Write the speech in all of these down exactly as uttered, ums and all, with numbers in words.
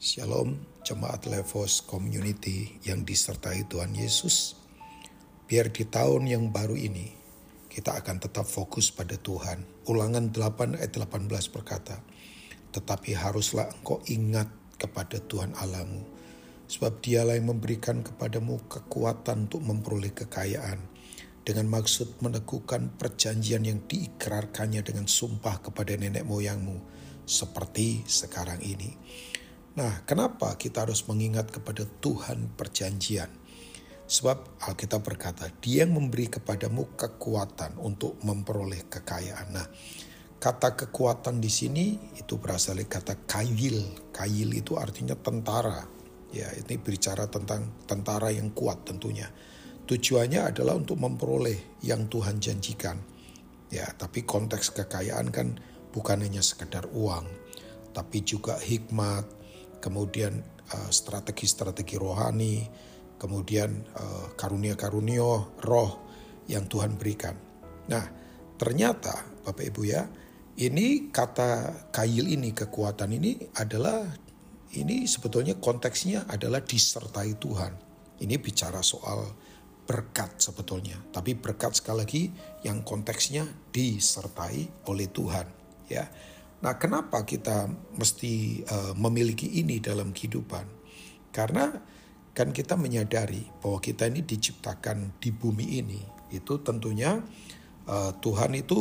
Shalom, jemaat Levos Community yang disertai Tuhan Yesus. Biar di tahun yang baru ini, kita akan tetap fokus pada Tuhan. Ulangan delapan ayat delapan belas berkata, tetapi haruslah engkau ingat kepada Tuhan Allahmu, sebab dialah yang memberikan kepadamu kekuatan untuk memperoleh kekayaan, dengan maksud meneguhkan perjanjian yang diikrarkannya dengan sumpah kepada nenek moyangmu, seperti sekarang ini. Nah, kenapa kita harus mengingat kepada Tuhan perjanjian? Sebab Alkitab berkata, Dia yang memberi kepadamu kekuatan untuk memperoleh kekayaan. Nah, kata kekuatan di sini itu berasal dari kata kayil. Kayil itu artinya tentara. Ya, ini bicara tentang tentara yang kuat tentunya. Tujuannya adalah untuk memperoleh yang Tuhan janjikan. Ya, tapi konteks kekayaan kan bukan hanya sekedar uang, tapi juga hikmat, kemudian uh, strategi-strategi rohani, kemudian uh, karunia-karunia roh yang Tuhan berikan. Nah, ternyata Bapak Ibu ya, ini kata kayil ini, kekuatan ini adalah, ini sebetulnya konteksnya adalah disertai Tuhan. Ini bicara soal berkat sebetulnya, tapi berkat sekali lagi yang konteksnya disertai oleh Tuhan, ya. Nah, kenapa kita mesti uh, memiliki ini dalam kehidupan? Karena kan kita menyadari bahwa kita ini diciptakan di bumi ini. Itu tentunya uh, Tuhan itu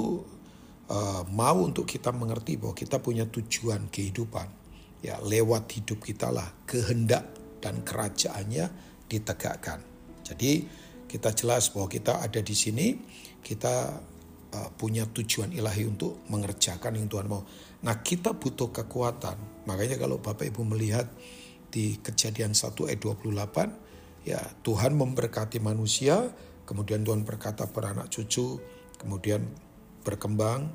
uh, mau untuk kita mengerti bahwa kita punya tujuan kehidupan. Ya, lewat hidup kita lah kehendak dan kerajaannya ditegakkan. Jadi kita jelas bahwa kita ada di sini, kita uh, punya tujuan ilahi untuk mengerjakan yang Tuhan mau. Nah, kita butuh kekuatan. Makanya kalau Bapak Ibu melihat di Kejadian satu ayat dua puluh delapan, ya Tuhan memberkati manusia, kemudian Tuhan berkata beranak cucu, kemudian berkembang,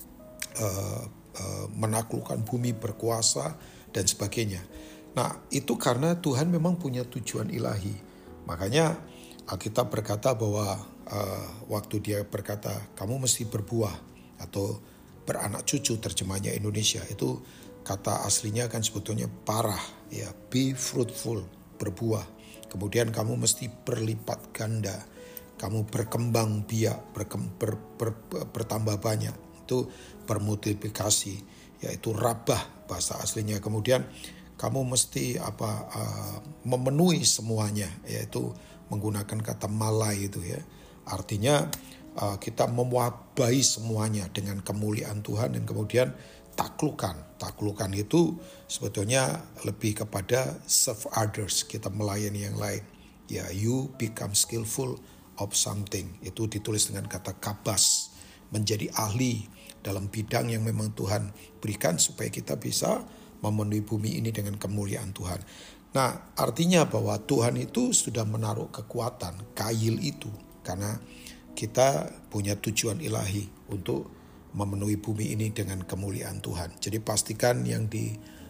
uh, uh, menaklukkan bumi, berkuasa, dan sebagainya. Nah, itu karena Tuhan memang punya tujuan ilahi. Makanya Alkitab berkata bahwa uh, waktu dia berkata, kamu mesti berbuah atau beranak cucu, terjemahnya Indonesia, itu kata aslinya kan sebetulnya parah, ya, be fruitful, berbuah. Kemudian kamu mesti berlipat ganda, kamu berkembang biak, berkem, ber, ber, ber, bertambah banyak, itu bermultiplikasi, yaitu rabah bahasa aslinya. Kemudian kamu mesti apa uh, memenuhi semuanya, yaitu menggunakan kata malai itu ya, artinya Uh, kita mewabahi semuanya dengan kemuliaan Tuhan, dan kemudian taklukan. Taklukan itu sebetulnya lebih kepada serve others, kita melayani yang lain. Ya, you become skillful of something. Itu ditulis dengan kata kabas, menjadi ahli dalam bidang yang memang Tuhan berikan supaya kita bisa memenuhi bumi ini dengan kemuliaan Tuhan. Nah, artinya bahwa Tuhan itu sudah menaruh kekuatan, kayil itu, karena kita punya tujuan ilahi untuk memenuhi bumi ini dengan kemuliaan Tuhan. Jadi pastikan yang di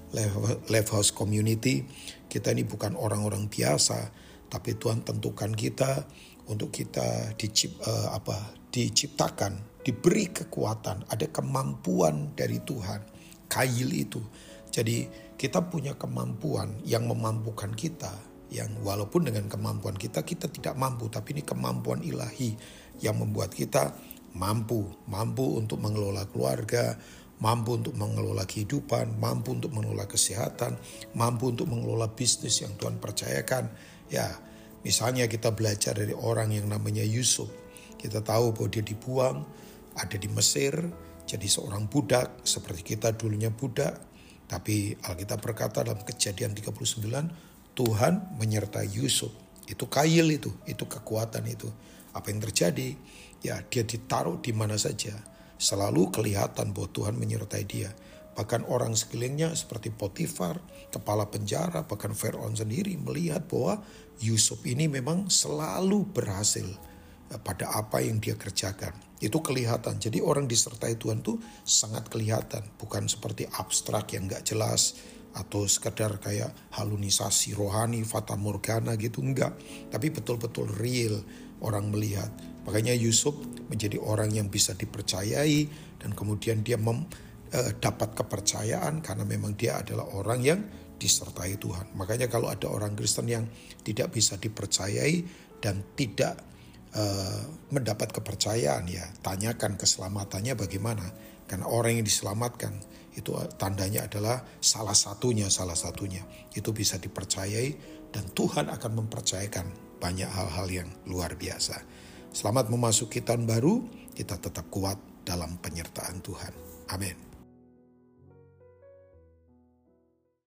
Life House Community, kita ini bukan orang-orang biasa, tapi Tuhan tentukan kita untuk kita dicip, uh, apa, diciptakan, diberi kekuatan, ada kemampuan dari Tuhan, kayil itu. Jadi kita punya kemampuan yang memampukan kita, yang walaupun dengan kemampuan kita, kita tidak mampu, tapi ini kemampuan ilahi yang membuat kita mampu, mampu untuk mengelola keluarga, mampu untuk mengelola kehidupan, mampu untuk mengelola kesehatan, mampu untuk mengelola bisnis yang Tuhan percayakan. Ya, misalnya kita belajar dari orang yang namanya Yusuf. Kita tahu bahwa dia dibuang, ada di Mesir, jadi seorang budak, seperti kita dulunya budak. Tapi Alkitab berkata dalam Kejadian tiga puluh sembilan, Tuhan menyertai Yusuf. Itu kayil itu, itu kekuatan itu. Apa yang terjadi? Ya, dia ditaruh di mana saja. Selalu kelihatan bahwa Tuhan menyertai dia. Bahkan orang sekelilingnya seperti Potifar, kepala penjara, bahkan Firaun sendiri melihat bahwa Yusuf ini memang selalu berhasil pada apa yang dia kerjakan. Itu kelihatan. Jadi orang disertai Tuhan tuh sangat kelihatan. Bukan seperti abstrak yang gak jelas, atau sekedar kayak halunisasi rohani, fata morgana gitu, enggak. Tapi betul-betul real orang melihat. Makanya Yusuf menjadi orang yang bisa dipercayai, dan kemudian dia mem, uh, dapat kepercayaan karena memang dia adalah orang yang disertai Tuhan. Makanya kalau ada orang Kristen yang tidak bisa dipercayai dan tidak uh, mendapat kepercayaan, ya tanyakan keselamatannya bagaimana. Karena orang yang diselamatkan itu tandanya adalah salah satunya, salah satunya itu bisa dipercayai dan Tuhan akan mempercayakan banyak hal-hal yang luar biasa. Selamat memasuki tahun baru, kita tetap kuat dalam penyertaan Tuhan. Amin.